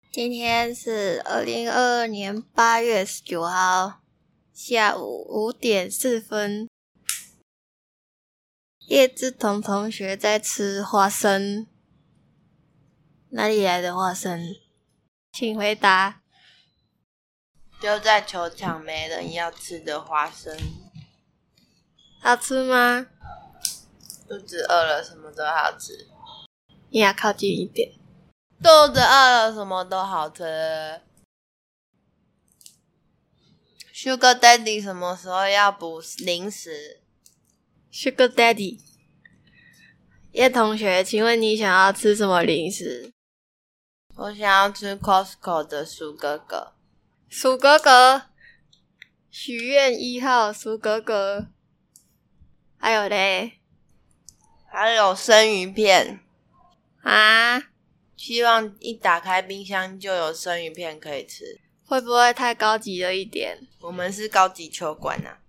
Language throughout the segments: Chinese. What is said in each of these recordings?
今天是2022年8月19号下午5点4分。叶志彤同学在吃花生。哪里来的花生？请回答。 丢在球场没人要吃的花生。 好吃吗？ 肚子饿了什么都好吃。 你要靠近一点。 肚子饿了什么都好吃。Sugar Daddy 什么时候要补零食？ Sugar Daddy。叶同学，请问你想要吃什么零食？ 我想要吃 Costco 的鼠哥哥。 鼠哥哥，许愿1号鼠哥哥。还有嘞？ 还有生鱼片啊？ 希望一打开冰箱就有生鱼片可以吃。 会不会太高级了一点？ 我们是高级球馆啊。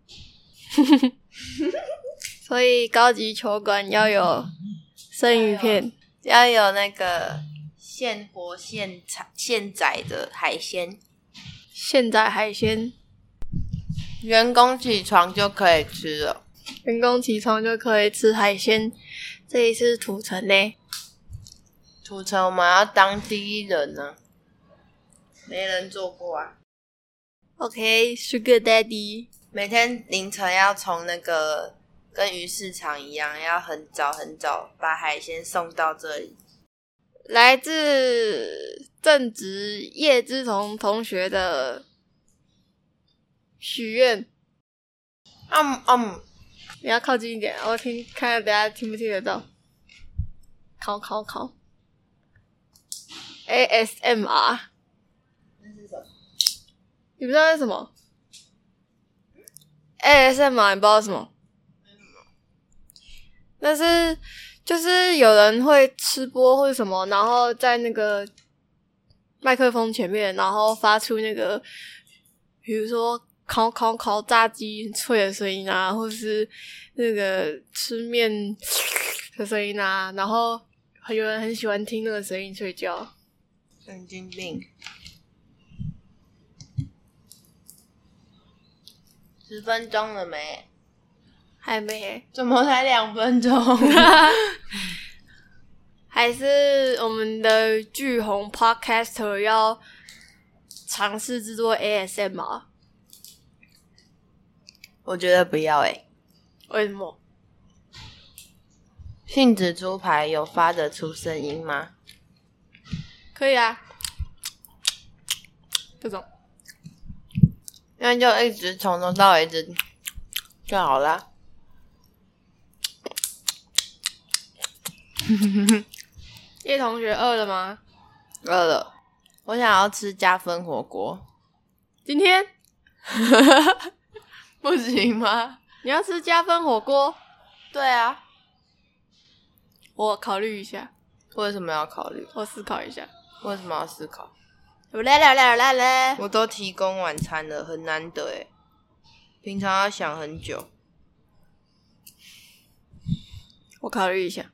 所以高级球馆要有生鱼片， 要有那个现活现宰的海鲜。 现宰海鲜， 员工起床就可以吃了。 员工起床就可以吃海鲜。这里是土城呢。 土城我们要当第一人呢，没人做过啊。 OK， Sugar Daddy， 每天凌晨要从那个跟鱼市场一样，要很早很早把海鲜送到这里。 来自正值叶之彤同学的许愿。你要靠近一点，我看等下听不听得到。考 ASMR。 那是什么？ 你不知道那是什么？ ASMR 你不知道什么？但是就是有人会吃播或者什么，然后在那个麦克风前面，然后发出那个比如说烤炸鸡脆的声音啊，或是那个吃面的声音啊，然后有人很喜欢听那个声音睡觉。 神经病。10分钟了没？ 还没。 怎么才2分钟？ 还是我们的巨红 podcaster 要尝试制作 ASMR？ 我觉得不要欸。 为什么？ 杏子猪排有发得出声音吗？ 可以啊，这种那就一直从头到尾就好啦。 叶同学饿了吗？ 饿了，我想要吃加分火锅。 今天不行吗？ 你要吃加分火锅？ 对啊。 我考虑一下。 为什么要考虑？ 我思考一下。 为什么要思考？ 来， 我都提供晚餐了，很难得耶，平常要想很久。 我考虑一下。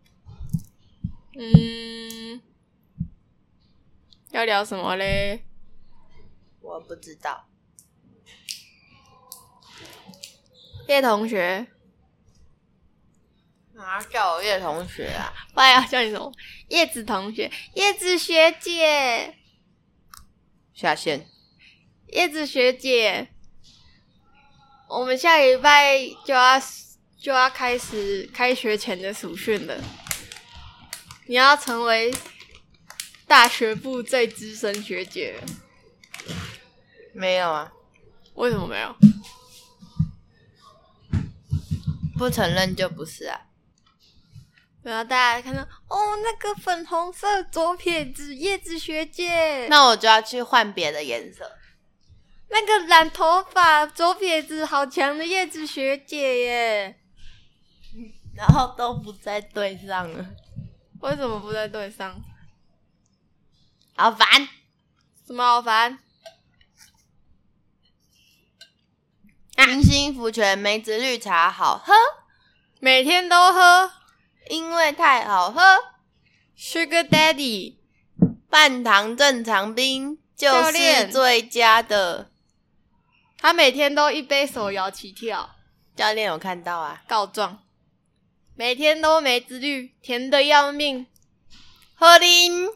要聊什么嘞？ 我不知道。 叶同学。 叫我叶同学啊？ 不然要叫你什么？叶子同学，叶子学姐。 下线。 叶子学姐，我们下礼拜就要开始开学前的暑训了。你要成为大学部最资深学姐了。 没有啊。 为什么没有？ 不承认就不是啊。 然后大家看到那个粉红色左撇子叶子学姐， 那我就要去换别的颜色。 那个染头发左撇子好强的叶子学姐耶， 然后都不在对上了。 为什么不在对上？ 好烦。 什么好烦？ 明星福泉梅子绿茶好喝， 每天都喝， 因为太好喝。 Sugar Daddy 半糖正常冰就是教练最佳的。 他每天都一杯手摇起跳， 教练有看到啊？ 告状，每天都梅子绿，甜的要命， 喝啉，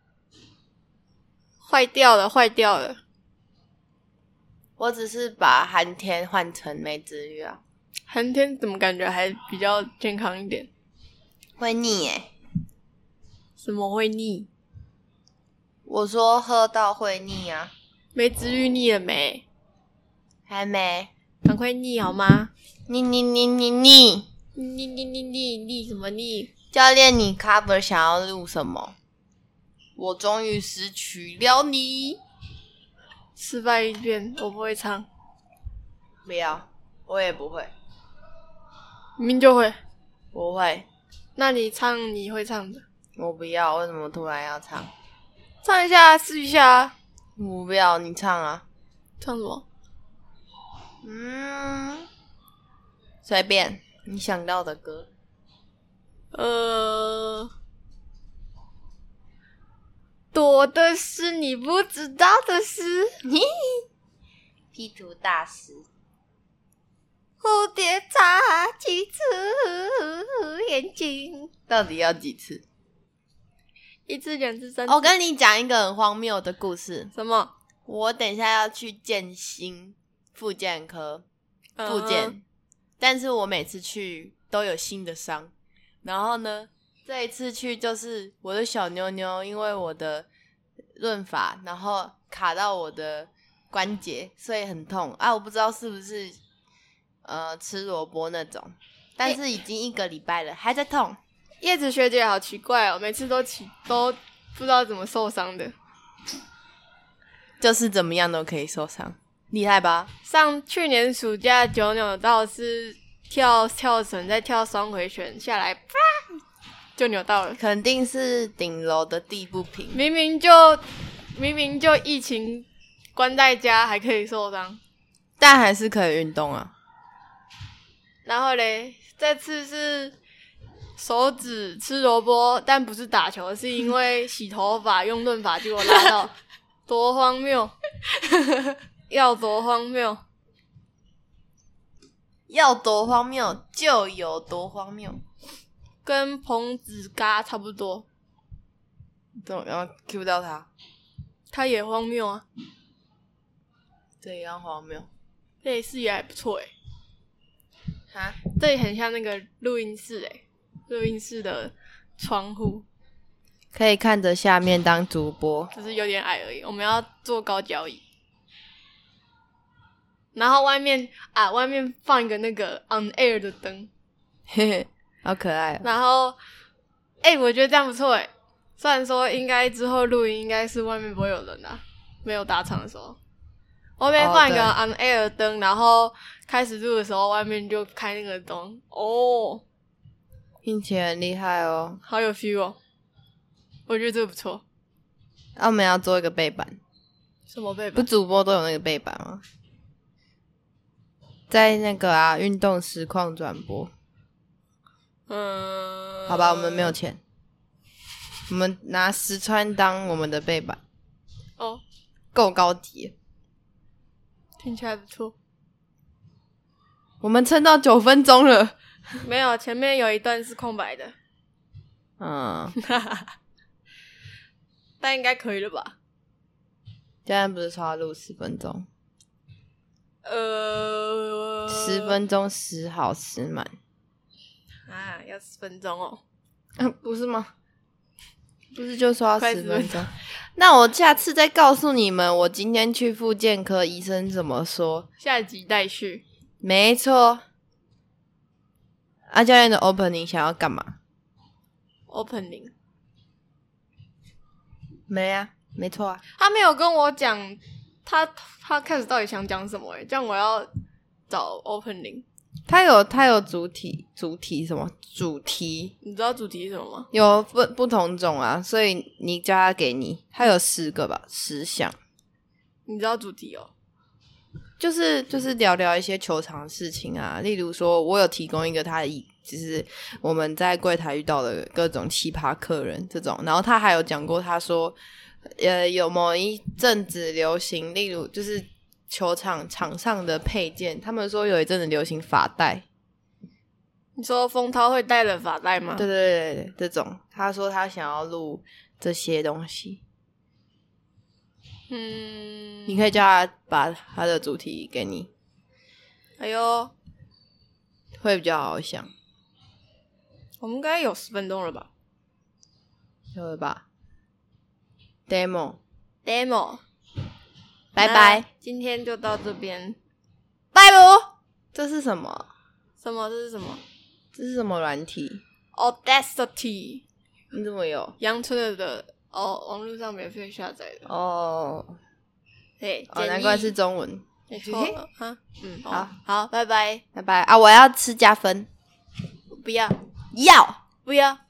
坏掉了，坏掉了。 我只是把寒天换成梅子绿啊。 寒天怎么感觉还比较健康一点？ 会腻耶。 什么会腻？ 我说喝到会腻啊。 梅子绿腻了没？ 还没。 赶快腻好吗？ 腻。 腻什么腻？ 教练，你 cover 想要录什么？我终于失去了你。 示范一遍，我不会唱。 不要，我也不会。 明明就会。 不会。 那你唱你会唱的。 我不要，为什么突然要唱？ 唱一下，试一下。 我不要，你唱啊。 唱什么？ 随便你想到的歌。 多的是你不知道的事。 P 图大师。 蝴蝶眨几次眼睛？ 到底要几次？ 一次、两次、三次。 我跟你讲一个很荒谬的故事。 什么？ 我等一下要去健心复健科复健，但是我每次去都有新的伤。然后呢，这一次去就是我的小妞妞，因为我的润发，然后卡到我的关节，所以很痛啊！我不知道是不是吃萝卜那种，但是已经1个礼拜了，还在痛。 叶子学姐好奇怪哦，每次都不知道怎么受伤的， 就是怎么样都可以受伤，厉害吧？ 去年暑假9扭到是跳绳，再跳双回旋下来，啪就扭到了。 肯定是顶楼的地不平， 明明就疫情关在家还可以受伤， 但还是可以运动啊。 然后嘞，这次是手指吃萝卜，但不是打球，是因为洗头发用润发结果拉到，多荒谬！要多荒谬？ 要多荒谬就有多荒谬， 跟彭子嘎差不多。 怎么样 Q 到他？ 他也荒谬啊， 这样荒谬。 这里视野还不错欸。 哈， 这里很像那个录音室欸，录音室的窗户， 可以看着下面当主播， 只是有点矮而已。我们要坐高脚椅，然后外面放一个那个 on air 的灯， 嘿嘿，好可爱哦。 然后我觉得这样不错欸。虽然说应该之后录音应该是外面不会有人啊，没有打场的时候，外面放一个 on air 的灯，然后开始录的时候外面就开那个灯哦， 听起来很厉害哦， 好有 feel 哦，我觉得这个不错。 我们要做一个背板。 什么背板？ 不主播都有那个背板吗？在那个运动实况转播。好吧，我们没有钱，我们拿石川当我们的背板。 哦， 够高级， 听起来不错。 我们撑到9分钟了。 没有，前面有一段是空白的。但应该可以了吧？ 现在不是说要录10分钟？10分钟10好10满啊，要10分钟哦？ 不是吗？不是就说要10分钟？ 10 那我下次再告诉你们，我今天去复健科，医生怎么说？ 下集待续。 没错。教练的 opening 想要干嘛 ？opening 没啊，没错啊。 他没有跟我讲他开始到底想讲什么这样我要找 opening。 他有主题什么主题？ 你知道主题是什么吗？ 有不同种啊，所以你叫他给你，他有10个吧，10项。 你知道主题哦？ 就是聊聊一些球场的事情啊，例如说我有提供一个就是我们在柜台遇到的各种奇葩客人这种，然后他还有讲过，他说有某一阵子流行，例如就是球场场上的配件，他们说有一阵子流行发带。 你说风涛会带的发带吗？ 对对对，这种他说他想要录这些东西。你可以叫他把他的主题给你。 哎呦， 会比较好想。 我们应该有10分钟了吧？ 有了吧 ？Demo， 拜拜， 今天就到这边， 拜拜。这是什么？ 这是什么？ 这是什么软体 ？Audacity， 你怎么有？ 阳春的网络上免费下载的。对， 难怪是中文。 没错好，拜拜， 拜拜啊！我要吃加分， 不要， 要。 不要。